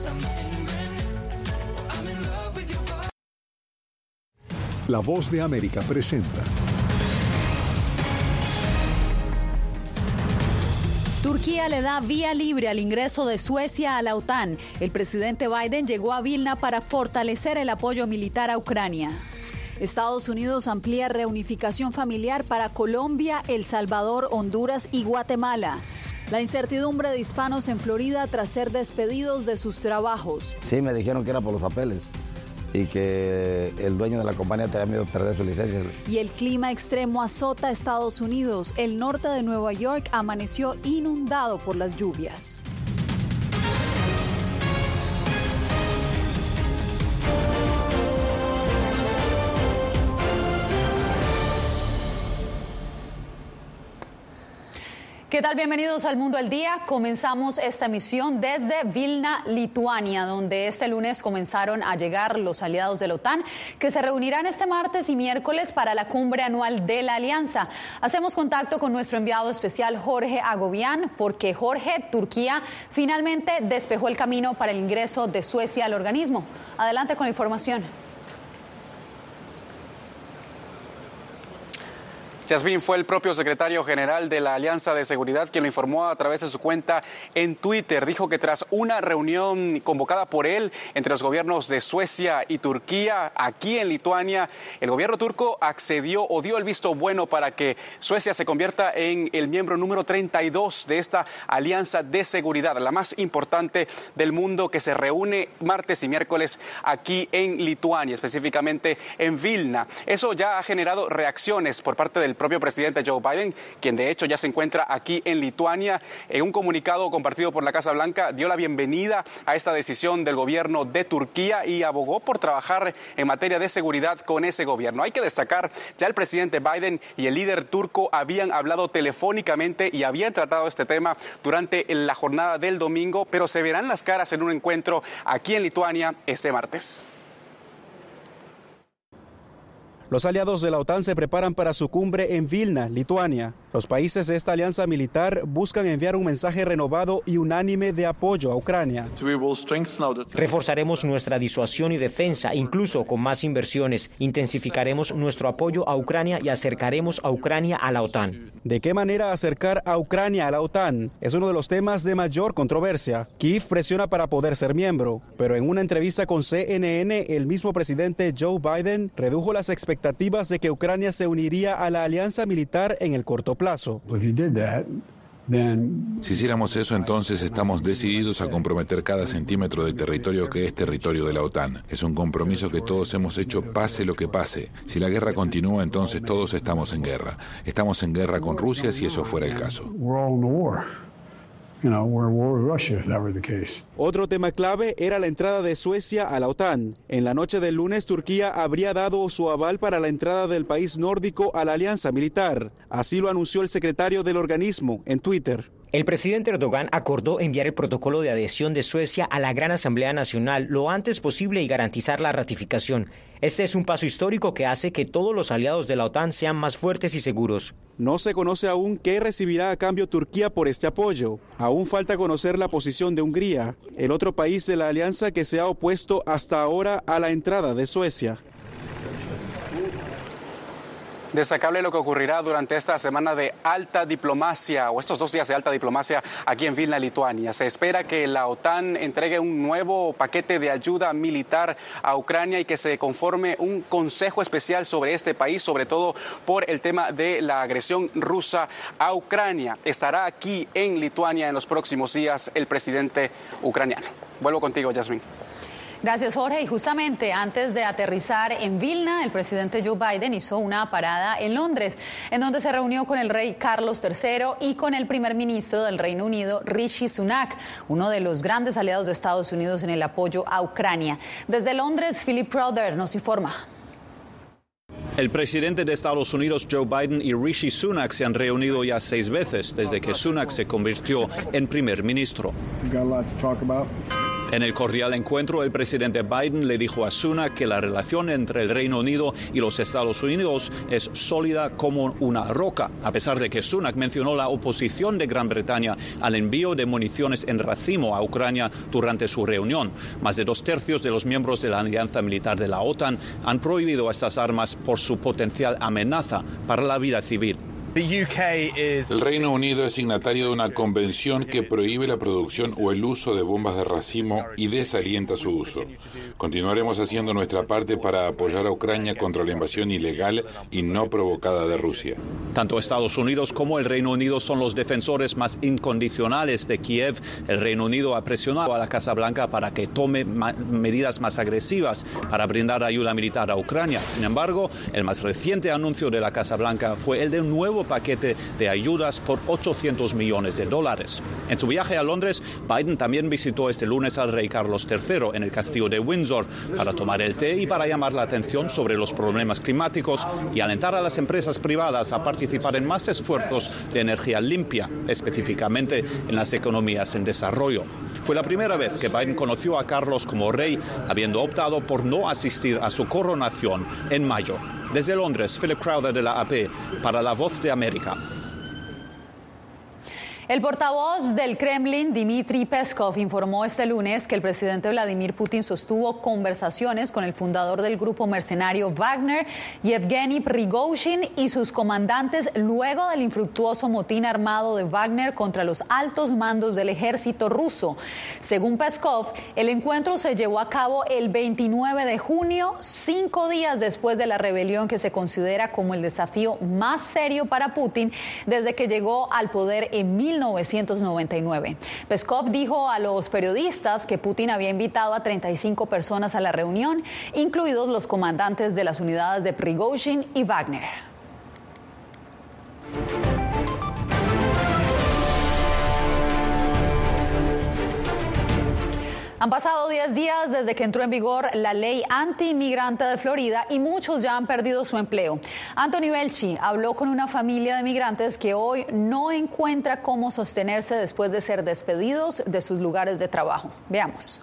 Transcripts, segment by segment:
La Voz de América presenta. Turquía le da vía libre al ingreso de Suecia a la OTAN. El presidente Biden llegó a Vilna para fortalecer el apoyo militar a Ucrania. Estados Unidos amplía reunificación familiar para Colombia, El Salvador, Honduras y Guatemala. La incertidumbre de hispanos en Florida tras ser despedidos de sus trabajos. Sí, me dijeron que era por los papeles y que el dueño de la compañía tenía miedo de perder su licencia. Y el clima extremo azota a Estados Unidos. El norte de Nueva York amaneció inundado por las lluvias. ¿Qué tal? Bienvenidos al Mundo al Día. Comenzamos esta emisión desde Vilna, Lituania, donde este lunes comenzaron a llegar los aliados de la OTAN, que se reunirán este martes y miércoles para la cumbre anual de la Alianza. Hacemos contacto con nuestro enviado especial Jorge Agobián, porque Jorge, Turquía finalmente despejó el camino para el ingreso de Suecia al organismo. Adelante con la información. Yasmín, fue el propio secretario general de la Alianza de Seguridad quien lo informó a través de su cuenta en Twitter. Dijo que tras una reunión convocada por él entre los gobiernos de Suecia y Turquía, aquí en Lituania, el gobierno turco accedió o dio el visto bueno para que Suecia se convierta en el miembro número 32 de esta Alianza de Seguridad, la más importante del mundo, que se reúne martes y miércoles aquí en Lituania, específicamente en Vilna. Eso ya ha generado reacciones por parte del propio presidente Joe Biden, quien de hecho ya se encuentra aquí en Lituania. En un comunicado compartido por la Casa Blanca, dio la bienvenida a esta decisión del gobierno de Turquía y abogó por trabajar en materia de seguridad con ese gobierno. Hay que destacar, ya el presidente Biden y el líder turco habían hablado telefónicamente y habían tratado este tema durante la jornada del domingo, pero se verán las caras en un encuentro aquí en Lituania este martes. Los aliados de la OTAN se preparan para su cumbre en Vilna, Lituania. Los países de esta alianza militar buscan enviar un mensaje renovado y unánime de apoyo a Ucrania. Reforzaremos nuestra disuasión y defensa, incluso con más inversiones. Intensificaremos nuestro apoyo a Ucrania y acercaremos a Ucrania a la OTAN. ¿De qué manera acercar a Ucrania a la OTAN? Es uno de los temas de mayor controversia. Kiev presiona para poder ser miembro, pero en una entrevista con CNN, el mismo presidente Joe Biden redujo las expectativas de que Ucrania se uniría a la alianza militar en el corto plazo. Si hiciéramos eso, entonces estamos decididos a comprometer cada centímetro del territorio que es territorio de la OTAN. Es un compromiso que todos hemos hecho, pase lo que pase. Si la guerra continúa, entonces todos estamos en guerra. Estamos en guerra con Rusia si eso fuera el caso. Otro tema clave era la entrada de Suecia a la OTAN. En la noche del lunes, Turquía habría dado su aval para la entrada del país nórdico a la alianza militar. Así lo anunció el secretario del organismo en Twitter. El presidente Erdogan acordó enviar el protocolo de adhesión de Suecia a la Gran Asamblea Nacional lo antes posible y garantizar la ratificación. Este es un paso histórico que hace que todos los aliados de la OTAN sean más fuertes y seguros. No se conoce aún qué recibirá a cambio Turquía por este apoyo. Aún falta conocer la posición de Hungría, el otro país de la alianza que se ha opuesto hasta ahora a la entrada de Suecia. Destacable lo que ocurrirá durante esta semana de alta diplomacia, o estos 2 días de alta diplomacia aquí en Vilna, Lituania. Se espera que la OTAN entregue un nuevo paquete de ayuda militar a Ucrania y que se conforme un consejo especial sobre este país, sobre todo por el tema de la agresión rusa a Ucrania. Estará aquí en Lituania en los próximos días el presidente ucraniano. Vuelvo contigo, Yasmín. Gracias, Jorge. Y justamente antes de aterrizar en Vilna, el presidente Joe Biden hizo una parada en Londres, en donde se reunió con el rey Carlos III y con el primer ministro del Reino Unido, Rishi Sunak, uno de los grandes aliados de Estados Unidos en el apoyo a Ucrania. Desde Londres, Philip Crowder nos informa. El presidente de Estados Unidos, Joe Biden, y Rishi Sunak se han reunido ya 6 veces desde que Sunak se convirtió en primer ministro. En el cordial encuentro, el presidente Biden le dijo a Sunak que la relación entre el Reino Unido y los Estados Unidos es sólida como una roca, a pesar de que Sunak mencionó la oposición de Gran Bretaña al envío de municiones en racimo a Ucrania durante su reunión. Más de 2/3 de los miembros de la alianza militar de la OTAN han prohibido estas armas por su potencial amenaza para la vida civil. El Reino Unido es signatario de una convención que prohíbe la producción o el uso de bombas de racimo y desalienta su uso. Continuaremos haciendo nuestra parte para apoyar a Ucrania contra la invasión ilegal y no provocada de Rusia. Tanto Estados Unidos como el Reino Unido son los defensores más incondicionales de Kiev. El Reino Unido ha presionado a la Casa Blanca para que tome medidas más agresivas para brindar ayuda militar a Ucrania. Sin embargo, el más reciente anuncio de la Casa Blanca fue el de un nuevo paquete de ayudas por $800 millones. En su viaje a Londres, Biden también visitó este lunes al rey Carlos III en el castillo de Windsor para tomar el té y para llamar la atención sobre los problemas climáticos y alentar a las empresas privadas a participar en más esfuerzos de energía limpia, específicamente en las economías en desarrollo. Fue la primera vez que Biden conoció a Carlos como rey, habiendo optado por no asistir a su coronación en mayo. Desde Londres, Philip Crowder de la AP para La Voz de América. El portavoz del Kremlin, Dmitry Peskov, informó este lunes que el presidente Vladimir Putin sostuvo conversaciones con el fundador del grupo mercenario Wagner, Yevgeny Prigozhin, y sus comandantes luego del infructuoso motín armado de Wagner contra los altos mandos del ejército ruso. Según Peskov, el encuentro se llevó a cabo el 29 de junio, 5 días después de la rebelión que se considera como el desafío más serio para Putin desde que llegó al poder en 1999. Peskov dijo a los periodistas que Putin había invitado a 35 personas a la reunión, incluidos los comandantes de las unidades de Prigozhin y Wagner. Han pasado 10 días desde que entró en vigor la ley anti-inmigrante de Florida y muchos ya han perdido su empleo. Anthony Belchi habló con una familia de migrantes que hoy no encuentra cómo sostenerse después de ser despedidos de sus lugares de trabajo. Veamos.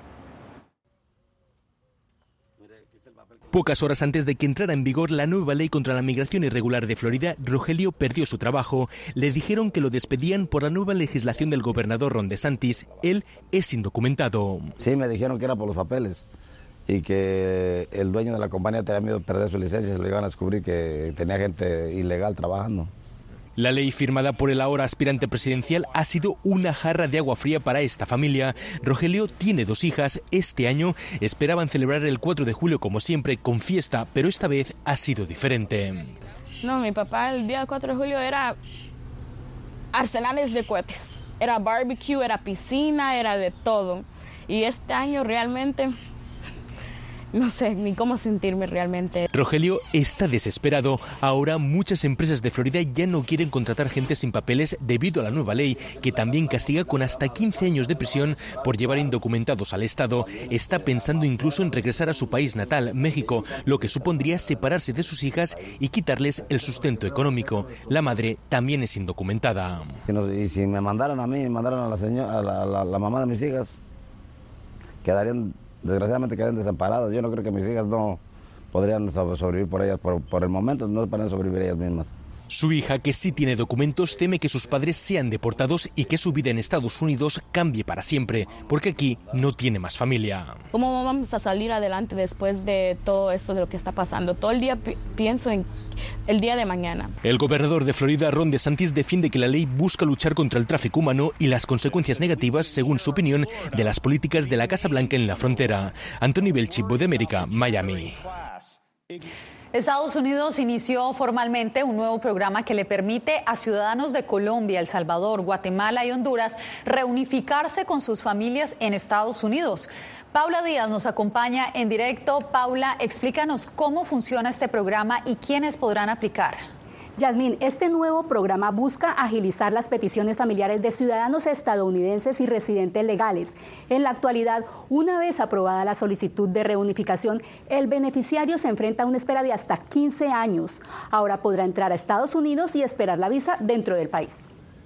Pocas horas antes de que entrara en vigor la nueva ley contra la migración irregular de Florida, Rogelio perdió su trabajo. Le dijeron que lo despedían por la nueva legislación del gobernador Ron DeSantis. Él es indocumentado. Sí, me dijeron que era por los papeles y que el dueño de la compañía tenía miedo de perder su licencia y se lo iban a descubrir que tenía gente ilegal trabajando. La ley firmada por el ahora aspirante presidencial ha sido una jarra de agua fría para esta familia. Rogelio tiene 2 hijas. Este año esperaban celebrar el 4 de julio como siempre con fiesta, pero esta vez ha sido diferente. No, mi papá el día 4 de julio era arsenales de cohetes. Era barbecue, era piscina, era de todo. Y este año realmente no sé ni cómo sentirme realmente. Rogelio está desesperado. Ahora muchas empresas de Florida ya no quieren contratar gente sin papeles debido a la nueva ley, que también castiga con hasta 15 años de prisión por llevar indocumentados al Estado. Está pensando incluso en regresar a su país natal, México, lo que supondría separarse de sus hijas y quitarles el sustento económico. La madre también es indocumentada. Y si me mandaran a mí, me mandaran a la señora, a la mamá de mis hijas, desgraciadamente quedan desamparadas. Yo no creo que mis hijas no podrían sobrevivir por ellas, por el momento no podrían sobrevivir ellas mismas. Su hija, que sí tiene documentos, teme que sus padres sean deportados y que su vida en Estados Unidos cambie para siempre, porque aquí no tiene más familia. ¿Cómo vamos a salir adelante después de todo esto, de lo que está pasando? Todo el día pienso en el día de mañana. El gobernador de Florida, Ron DeSantis, defiende que la ley busca luchar contra el tráfico humano y las consecuencias negativas, según su opinión, de las políticas de la Casa Blanca en la frontera. Anthony Belchi, Voz de América, Miami. Estados Unidos inició formalmente un nuevo programa que le permite a ciudadanos de Colombia, El Salvador, Guatemala y Honduras reunificarse con sus familias en Estados Unidos. Paula Díaz nos acompaña en directo. Paula, explícanos cómo funciona este programa y quiénes podrán aplicar. Yasmín, este nuevo programa busca agilizar las peticiones familiares de ciudadanos estadounidenses y residentes legales. En la actualidad, una vez aprobada la solicitud de reunificación, el beneficiario se enfrenta a una espera de hasta 15 años. Ahora podrá entrar a Estados Unidos y esperar la visa dentro del país.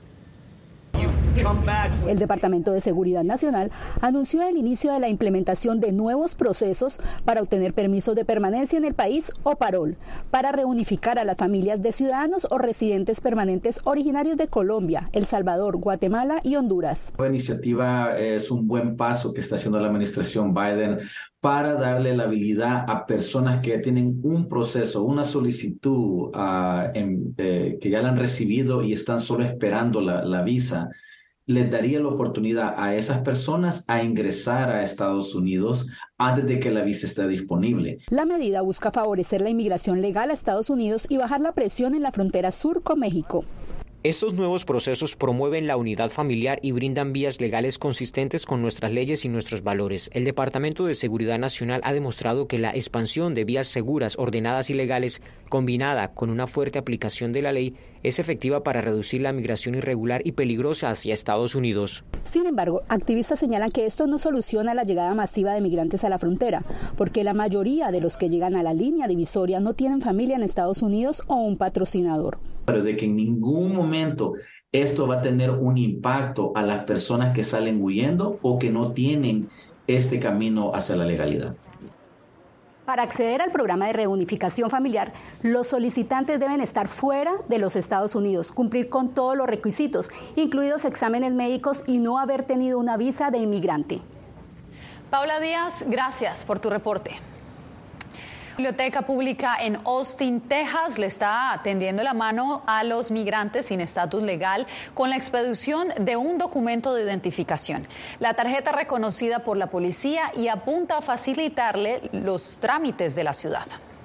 El Departamento de Seguridad Nacional anunció el inicio de la implementación de nuevos procesos para obtener permisos de permanencia en el país o parol, para reunificar a las familias de ciudadanos o residentes permanentes originarios de Colombia, El Salvador, Guatemala y Honduras. La iniciativa es un buen paso que está haciendo la administración Biden para darle la habilidad a personas que tienen un proceso, una solicitud que ya la han recibido y están solo esperando la visa. Les daría la oportunidad a esas personas a ingresar a Estados Unidos antes de que la visa esté disponible. La medida busca favorecer la inmigración legal a Estados Unidos y bajar la presión en la frontera sur con México. Estos nuevos procesos promueven la unidad familiar y brindan vías legales consistentes con nuestras leyes y nuestros valores. El Departamento de Seguridad Nacional ha demostrado que la expansión de vías seguras, ordenadas y legales, combinada con una fuerte aplicación de la ley, es efectiva para reducir la migración irregular y peligrosa hacia Estados Unidos. Sin embargo, activistas señalan que esto no soluciona la llegada masiva de migrantes a la frontera, porque la mayoría de los que llegan a la línea divisoria no tienen familia en Estados Unidos o un patrocinador. Pero de que en ningún momento esto va a tener un impacto a las personas que salen huyendo o que no tienen este camino hacia la legalidad. Para acceder al programa de reunificación familiar, los solicitantes deben estar fuera de los Estados Unidos, cumplir con todos los requisitos, incluidos exámenes médicos y no haber tenido una visa de inmigrante. Paula Díaz, gracias por tu reporte. La Biblioteca Pública en Austin, Texas, le está tendiendo la mano a los migrantes sin estatus legal con la expedición de un documento de identificación. La tarjeta reconocida por la policía y apunta a facilitarle los trámites de la ciudad.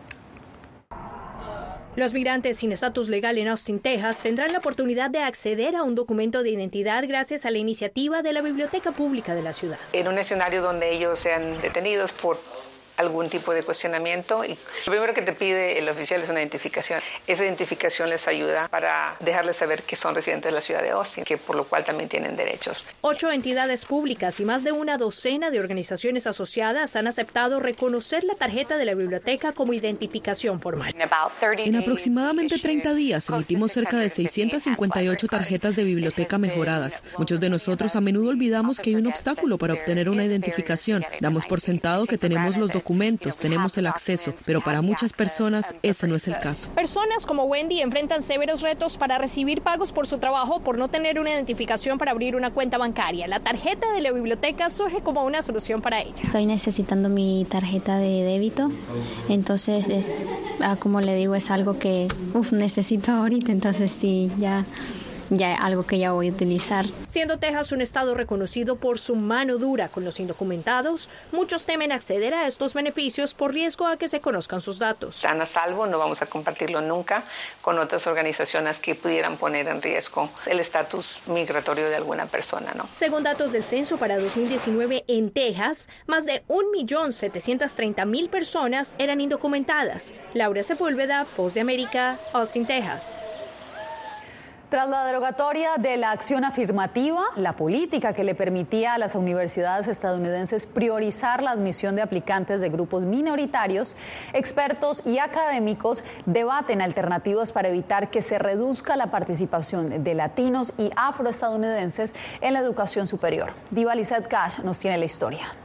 Los migrantes sin estatus legal en Austin, Texas, tendrán la oportunidad de acceder a un documento de identidad gracias a la iniciativa de la Biblioteca Pública de la ciudad. En un escenario donde ellos sean detenidos por algún tipo de cuestionamiento, y lo primero que te pide el oficial es una identificación. Esa identificación les ayuda para dejarles saber que son residentes de la ciudad de Austin, que por lo cual también tienen derechos. 8 entidades públicas y más de una docena de organizaciones asociadas han aceptado reconocer la tarjeta de la biblioteca como identificación formal. En aproximadamente 30 días emitimos cerca de 658 tarjetas de biblioteca mejoradas. Muchos de nosotros a menudo olvidamos que hay un obstáculo para obtener una identificación. Damos por sentado que tenemos los documentos, tenemos el acceso, pero para muchas personas ese no es el caso. Personas como Wendy enfrentan severos retos para recibir pagos por su trabajo por no tener una identificación para abrir una cuenta bancaria. La tarjeta de la biblioteca surge como una solución para ella. Estoy necesitando mi tarjeta de débito, entonces como le digo, es algo que necesito ahorita, entonces sí, ya algo que ya voy a utilizar. Siendo Texas un estado reconocido por su mano dura con los indocumentados, muchos temen acceder a estos beneficios por riesgo a que se conozcan sus datos. Están a salvo, no vamos a compartirlo nunca con otras organizaciones que pudieran poner en riesgo el estatus migratorio de alguna persona, ¿no? Según datos del censo para 2019 en Texas, más de 1.730.000 personas eran indocumentadas. Laura Sepúlveda, Voz de América, Austin, Texas. Tras la derogatoria de la acción afirmativa, la política que le permitía a las universidades estadounidenses priorizar la admisión de aplicantes de grupos minoritarios, expertos y académicos debaten alternativas para evitar que se reduzca la participación de latinos y afroestadounidenses en la educación superior. Diva Lizette Cash nos tiene la historia.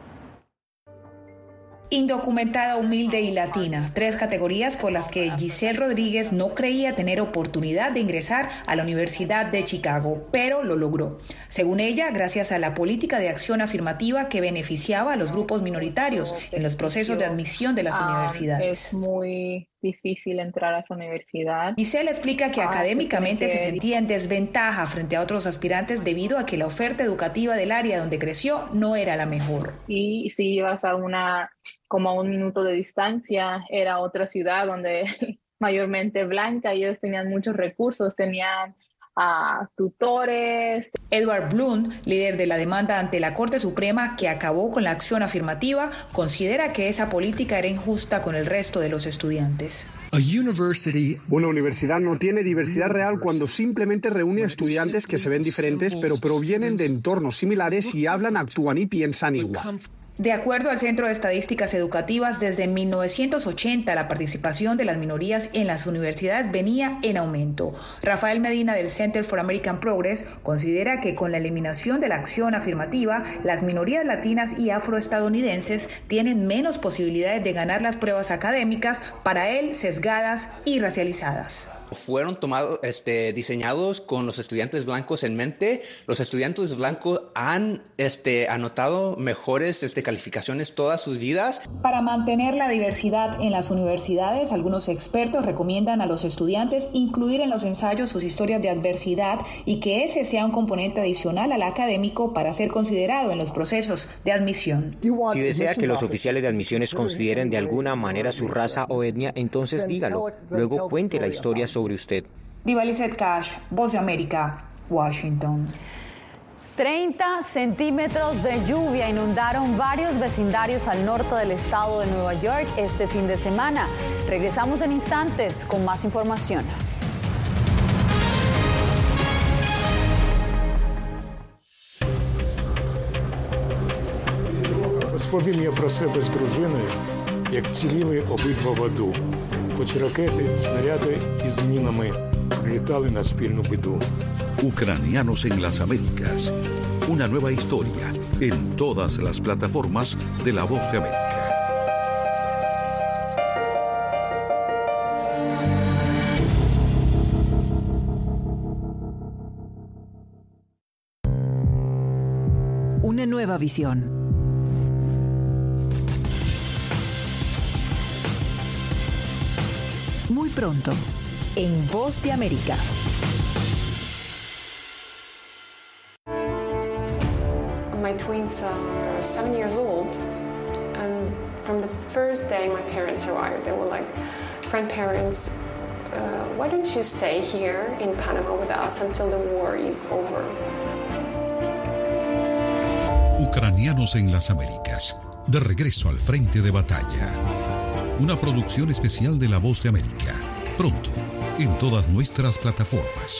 Indocumentada, humilde y latina, 3 categorías por las que Giselle Rodríguez no creía tener oportunidad de ingresar a la Universidad de Chicago, pero lo logró. Según ella, gracias a la política de acción afirmativa que beneficiaba a los grupos minoritarios en los procesos de admisión de las universidades. Es muy difícil entrar a esa universidad. Giselle explica que académicamente se sentía en desventaja frente a otros aspirantes debido a que la oferta educativa del área donde creció no era la mejor. Y si ibas a como a 1 minuto de distancia, era otra ciudad donde mayormente blanca, y ellos tenían muchos recursos, tenían tutores. Edward Bloom, líder de la demanda ante la Corte Suprema que acabó con la acción afirmativa, considera que esa política era injusta con el resto de los estudiantes. Una universidad no tiene diversidad real cuando simplemente reúne a estudiantes que se ven diferentes pero provienen de entornos similares y hablan, actúan y piensan igual. De acuerdo al Centro de Estadísticas Educativas, desde 1980 la participación de las minorías en las universidades venía en aumento. Rafael Medina del Center for American Progress considera que con la eliminación de la acción afirmativa, las minorías latinas y afroestadounidenses tienen menos posibilidades de ganar las pruebas académicas, para él sesgadas y racializadas. Fueron diseñados con los estudiantes blancos en mente. Los estudiantes blancos han anotado mejores calificaciones todas sus vidas. Para mantener la diversidad en las universidades, algunos expertos recomiendan a los estudiantes incluir en los ensayos sus historias de adversidad y que ese sea un componente adicional al académico para ser considerado en los procesos de admisión. Si desea que los oficiales de admisiones consideren de alguna manera su raza o etnia, entonces dígalo. Luego cuente la historia sobre usted. Diva Lizette Cash, Voz de América, Washington. 30 centímetros de lluvia inundaron varios vecindarios al norte del estado de Nueva York este fin de semana. Regresamos en instantes con más información. Розповім я про себе з дружиною, як ціліли обидва в аду. Хоч ракети, снаряди із мінами літали на спільну біду. Ucranianos en las Américas. Una nueva historia en todas las plataformas de La Voz de América. Una nueva visión. Muy pronto, en Voz de América. My twins are 7 years old, and from the first day my parents arrived, they were like, grandparents, why don't you stay here in Panama with us until the war is over? Ucranianos en las Américas, de regreso al frente de batalla. Una producción especial de La Voz de América. Pronto, en todas nuestras plataformas.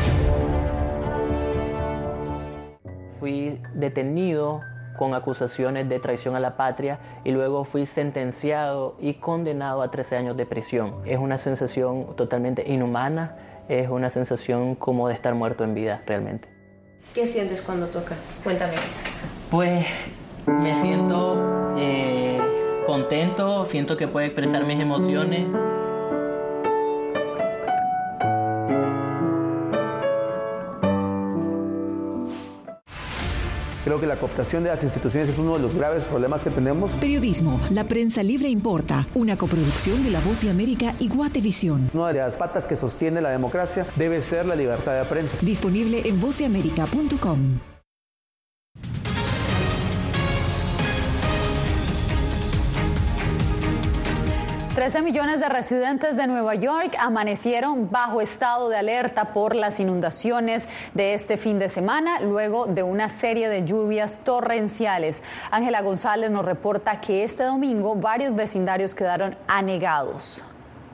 Fui detenido con acusaciones de traición a la patria y luego fui sentenciado y condenado a 13 años de prisión. Es una sensación totalmente inhumana, es una sensación como de estar muerto en vida realmente. ¿Qué sientes cuando tocas? Cuéntame. Pues me siento contento, siento que puedo expresar mis emociones. Creo que la cooptación de las instituciones es uno de los graves problemas que tenemos. Periodismo, la prensa libre importa, una coproducción de La Voz de América y Guatevisión. Una de las patas que sostiene la democracia debe ser la libertad de prensa. Disponible en vozdeamerica.com. $13 millones de residentes de Nueva York amanecieron bajo estado de alerta por las inundaciones de este fin de semana, luego de una serie de lluvias torrenciales. Ángela González nos reporta que este domingo varios vecindarios quedaron anegados.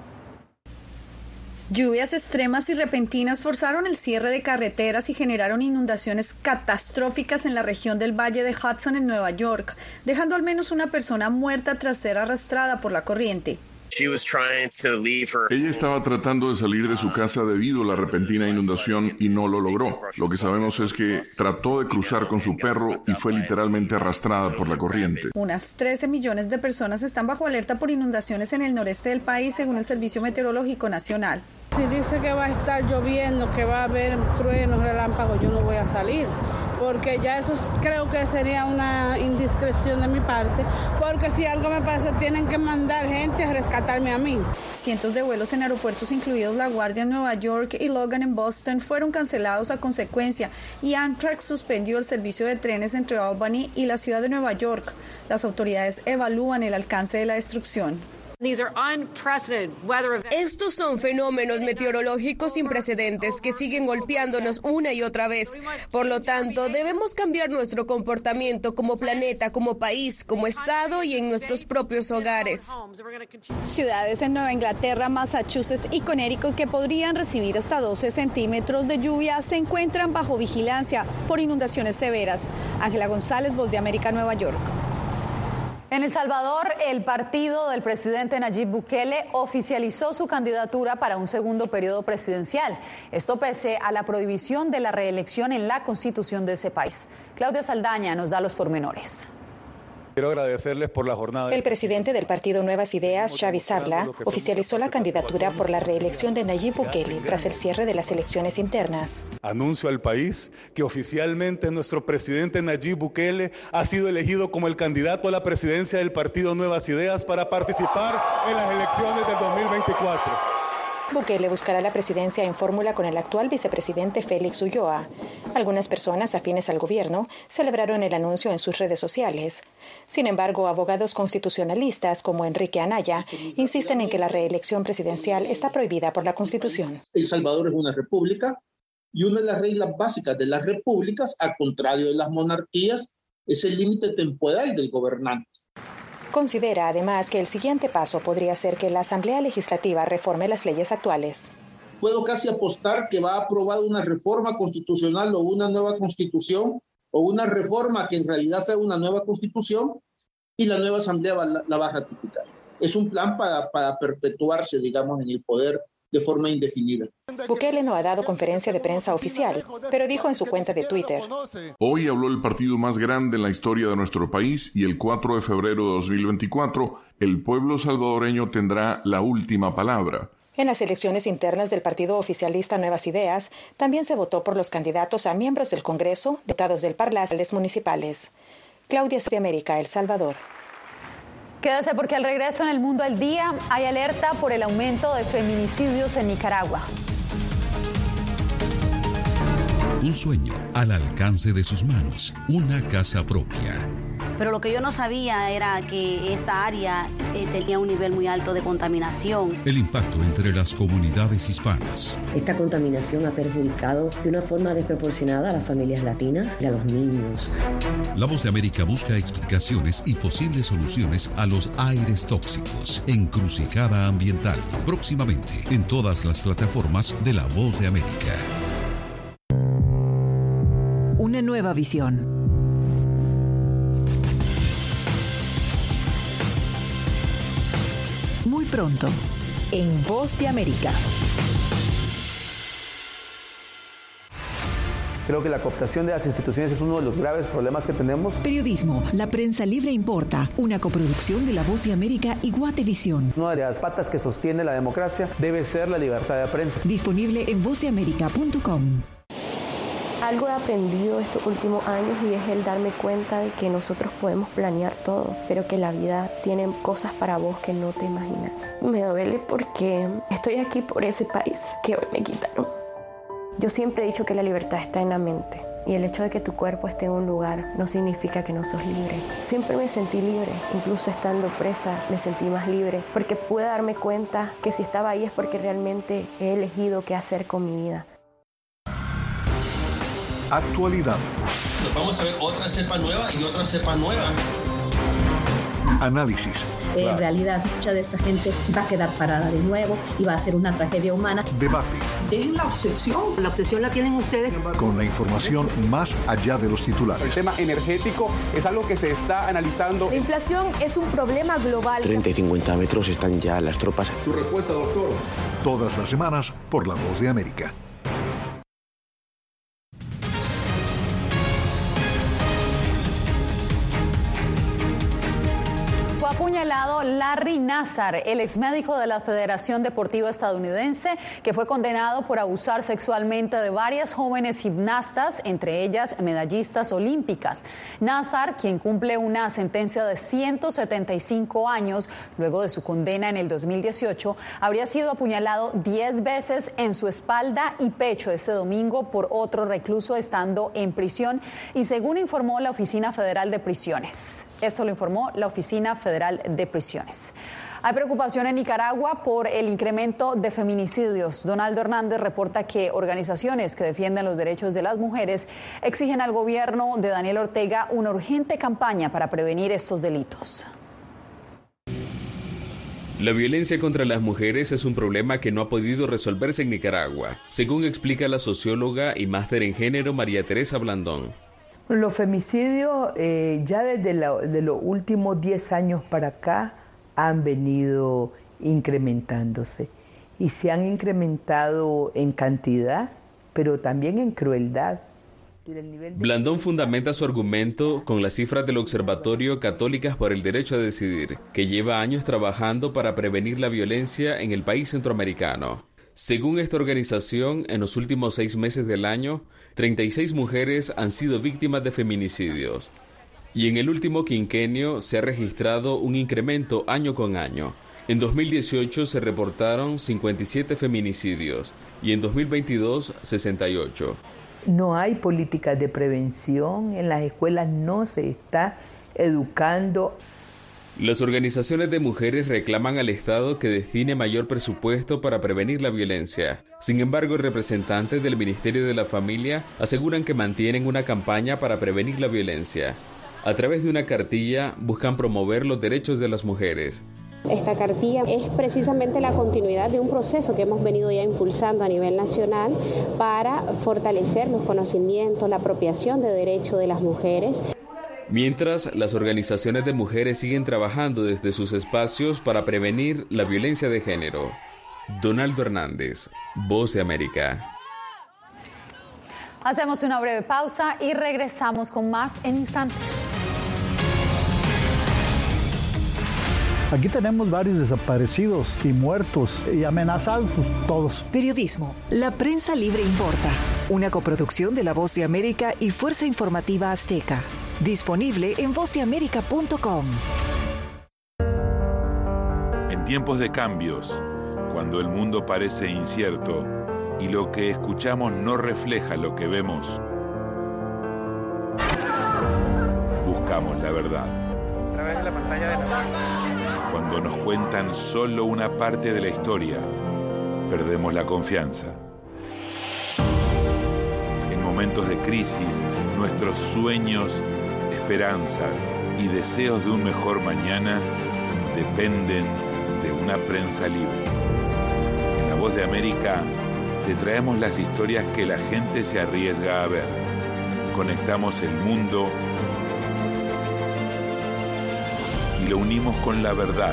Lluvias extremas y repentinas forzaron el cierre de carreteras y generaron inundaciones catastróficas en la región del Valle de Hudson en Nueva York, dejando al menos una persona muerta tras ser arrastrada por la corriente. Ella estaba tratando de salir de su casa debido a la repentina inundación y no lo logró. Lo que sabemos es que trató de cruzar con su perro y fue literalmente arrastrada por la corriente. Unas 13 millones de personas están bajo alerta por inundaciones en el noreste del país, según el Servicio Meteorológico Nacional. Si dice que va a estar lloviendo, que va a haber truenos, relámpagos, yo no voy a salir, porque ya eso creo que sería una indiscreción de mi parte, porque si algo me pasa tienen que mandar gente a rescatarme a mí. Cientos de vuelos en aeropuertos, incluidos LaGuardia en Nueva York y Logan en Boston, fueron cancelados a consecuencia, y Amtrak suspendió el servicio de trenes entre Albany y la ciudad de Nueva York. Las autoridades evalúan el alcance de la destrucción. Estos son fenómenos meteorológicos sin precedentes que siguen golpeándonos una y otra vez. Por lo tanto, debemos cambiar nuestro comportamiento como planeta, como país, como Estado y en nuestros propios hogares. Ciudades en Nueva Inglaterra, Massachusetts y Connecticut que podrían recibir hasta 12 centímetros de lluvia se encuentran bajo vigilancia por inundaciones severas. Ángela González, Voz de América, Nueva York. En El Salvador, el partido del presidente Nayib Bukele oficializó su candidatura para un segundo periodo presidencial. Esto pese a la prohibición de la reelección en la Constitución de ese país. Claudia Saldaña nos da los pormenores. Quiero agradecerles por la jornada. El presidente del partido Nuevas Ideas, Xavi Sarla, oficializó la candidatura por la reelección de Nayib Bukele tras el cierre de las elecciones internas. Anuncio al país que oficialmente nuestro presidente Nayib Bukele ha sido elegido como el candidato a la presidencia del partido Nuevas Ideas para participar en las elecciones del 2024. Bukele buscará la presidencia en fórmula con el actual vicepresidente Félix Ulloa. Algunas personas afines al gobierno celebraron el anuncio en sus redes sociales. Sin embargo, abogados constitucionalistas como Enrique Anaya insisten en que la reelección presidencial está prohibida por la Constitución. El Salvador es una república y una de las reglas básicas de las repúblicas, al contrario de las monarquías, es el límite temporal del gobernante. Considera además que el siguiente paso podría ser que la Asamblea Legislativa reforme las leyes actuales. Puedo casi apostar que va a aprobar una reforma constitucional o una nueva constitución o una reforma que en realidad sea una nueva constitución y la nueva Asamblea la va a ratificar. Es un plan para perpetuarse, digamos, en el poder de forma indefinida. Bukele no ha dado conferencia de prensa oficial, pero dijo en su cuenta de Twitter: Hoy habló el partido más grande en la historia de nuestro país y el 4 de febrero de 2024 el pueblo salvadoreño tendrá la última palabra. En las elecciones internas del partido oficialista Nuevas Ideas, también se votó por los candidatos a miembros del Congreso, diputados del Parlacen municipales. Claudia de América, El Salvador. Quédese porque al regreso en El Mundo al Día hay alerta por el aumento de feminicidios en Nicaragua. Un sueño al alcance de sus manos, una casa propia. Pero lo que yo no sabía era que esta área tenía un nivel muy alto de contaminación. El impacto entre las comunidades hispanas. Esta contaminación ha perjudicado de una forma desproporcionada a las familias latinas y a los niños. La Voz de América busca explicaciones y posibles soluciones a los aires tóxicos. Encrucijada Ambiental. Próximamente en todas las plataformas de La Voz de América. Una nueva visión. Muy pronto, en Voz de América. Creo que la cooptación de las instituciones es uno de los graves problemas que tenemos. Periodismo, la prensa libre importa, una coproducción de La Voz de América y Guatevisión. Una de las patas que sostiene la democracia debe ser la libertad de prensa. Disponible en vozdeamerica.com. Algo he aprendido estos últimos años y es el darme cuenta de que nosotros podemos planear todo, pero que la vida tiene cosas para vos que no te imaginas. Me duele porque estoy aquí por ese país que hoy me quitaron. Yo siempre he dicho que la libertad está en la mente y el hecho de que tu cuerpo esté en un lugar no significa que no sos libre. Siempre me sentí libre, incluso estando presa me sentí más libre porque pude darme cuenta que si estaba ahí es porque realmente he elegido qué hacer con mi vida. Actualidad. Nos vamos a ver otra cepa nueva y otra cepa nueva. Análisis. En realidad, mucha de esta gente va a quedar parada de nuevo y va a ser una tragedia humana. Debate. Dejen la obsesión. La obsesión la tienen ustedes. Con la información más allá de los titulares. El tema energético es algo que se está analizando. La inflación es un problema global. 30 y 50 metros están ya las tropas. Su respuesta, doctor. Todas las semanas por La Voz de América. Apuñalado Larry Nassar, el exmédico de la Federación Deportiva Estadounidense, que fue condenado por abusar sexualmente de varias jóvenes gimnastas, entre ellas medallistas olímpicas. Nassar, quien cumple una sentencia de 175 años luego de su condena en el 2018, habría sido apuñalado 10 veces en su espalda y pecho este domingo por otro recluso estando en prisión y según informó la Oficina Federal de Prisiones. Esto lo informó la Oficina Federal de Prisiones. Hay preocupación en Nicaragua por el incremento de feminicidios. Donaldo Hernández reporta que organizaciones que defienden los derechos de las mujeres exigen al gobierno de Daniel Ortega una urgente campaña para prevenir estos delitos. La violencia contra las mujeres es un problema que no ha podido resolverse en Nicaragua, según explica la socióloga y máster en género María Teresa Blandón. Los femicidios ya desde los últimos 10 años para acá han venido incrementándose y se han incrementado en cantidad, pero también en crueldad. Blandón fundamenta su argumento con las cifras del Observatorio Católicas por el Derecho a Decidir, que lleva años trabajando para prevenir la violencia en el país centroamericano. Según esta organización, en los últimos 6 meses del año, 36 mujeres han sido víctimas de feminicidios. Y en el último quinquenio se ha registrado un incremento año con año. En 2018 se reportaron 57 feminicidios y en 2022 68. No hay políticas de prevención, en las escuelas no se está educando. Las organizaciones de mujeres reclaman al Estado que destine mayor presupuesto para prevenir la violencia. Sin embargo, representantes del Ministerio de la Familia aseguran que mantienen una campaña para prevenir la violencia. A través de una cartilla buscan promover los derechos de las mujeres. Esta cartilla es precisamente la continuidad de un proceso que hemos venido ya impulsando a nivel nacional para fortalecer los conocimientos, la apropiación de derechos de las mujeres. Mientras, las organizaciones de mujeres siguen trabajando desde sus espacios para prevenir la violencia de género. Donaldo Hernández, Voz de América. Hacemos una breve pausa y regresamos con más en instantes. Aquí tenemos varios desaparecidos y muertos y amenazados todos. Periodismo. La prensa libre importa. Una coproducción de La Voz de América y Fuerza Informativa Azteca. Disponible en vozdeamerica.com. En tiempos de cambios, cuando el mundo parece incierto y lo que escuchamos no refleja lo que vemos, buscamos la verdad. A través de la pantalla de la... Cuando nos cuentan solo una parte de la historia, perdemos la confianza. En momentos de crisis, nuestros sueños, esperanzas y deseos de un mejor mañana dependen de una prensa libre. En La Voz de América te traemos las historias que la gente se arriesga a ver. Conectamos el mundo y lo unimos con la verdad.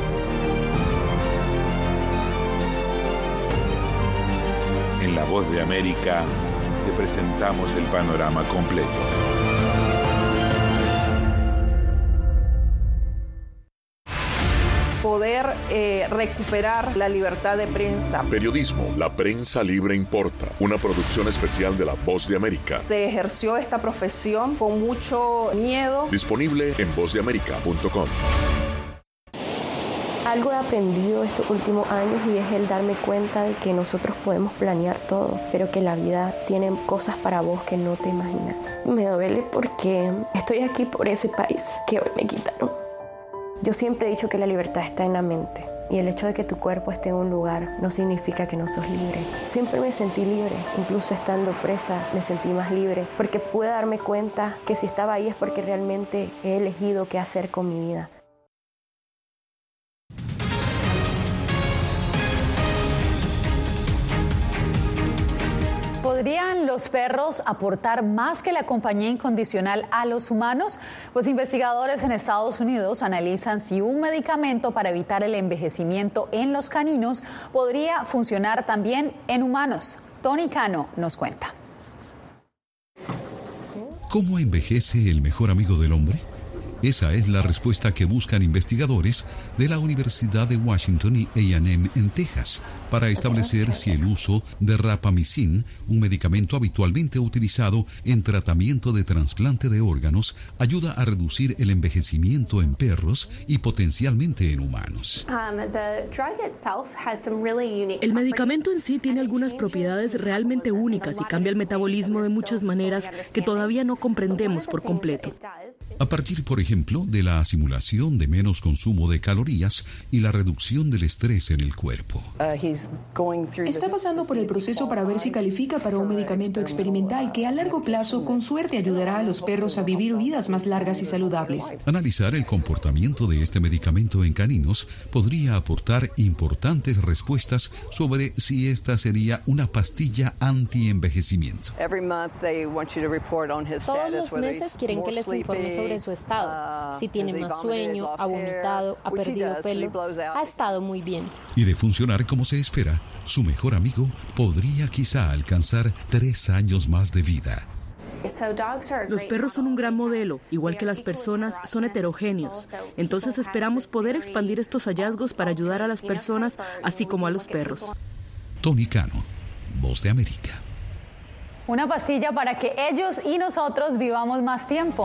En La Voz de América te presentamos el panorama completo. Poder recuperar la libertad de prensa. Periodismo, la prensa libre importa. Una producción especial de La Voz de América. Se ejerció esta profesión con mucho miedo. Disponible en vozdeamerica.com. Algo he aprendido estos últimos años y es el darme cuenta de que nosotros podemos planear todo, pero que la vida tiene cosas para vos que no te imaginas. Me duele porque estoy aquí por ese país que hoy me quitaron. Yo siempre he dicho que la libertad está en la mente y el hecho de que tu cuerpo esté en un lugar no significa que no sos libre. Siempre me sentí libre, incluso estando presa me sentí más libre porque pude darme cuenta que si estaba ahí es porque realmente he elegido qué hacer con mi vida. ¿Podrían los perros aportar más que la compañía incondicional a los humanos? Pues investigadores en Estados Unidos analizan si un medicamento para evitar el envejecimiento en los caninos podría funcionar también en humanos. Tony Cano nos cuenta. ¿Cómo envejece el mejor amigo del hombre? Esa es la respuesta que buscan investigadores de la Universidad de Washington y A&M en Texas para establecer si el uso de rapamycin, un medicamento habitualmente utilizado en tratamiento de trasplante de órganos, ayuda a reducir el envejecimiento en perros y potencialmente en humanos. El medicamento en sí tiene algunas propiedades realmente únicas y cambia el metabolismo de muchas maneras que todavía no comprendemos por completo. A partir, por ejemplo, ejemplo, de la simulación de menos consumo de calorías y la reducción del estrés en el cuerpo. Está pasando por el proceso para ver si califica para un medicamento experimental que a largo plazo, con suerte, ayudará a los perros a vivir vidas más largas y saludables. Analizar el comportamiento de este medicamento en caninos podría aportar importantes respuestas sobre si esta sería una pastilla anti-envejecimiento. Todos los meses quieren que les informe sobre su estado. Si tiene más sueño, ha vomitado, ha perdido pelo, ha estado muy bien. Y de funcionar como se espera, su mejor amigo podría quizá alcanzar 3 años más de vida. Los perros son un gran modelo, igual que las personas son heterogéneos. Entonces esperamos poder expandir estos hallazgos para ayudar a las personas, así como a los perros. Tony Cano, Voz de América. Una pastilla para que ellos y nosotros vivamos más tiempo.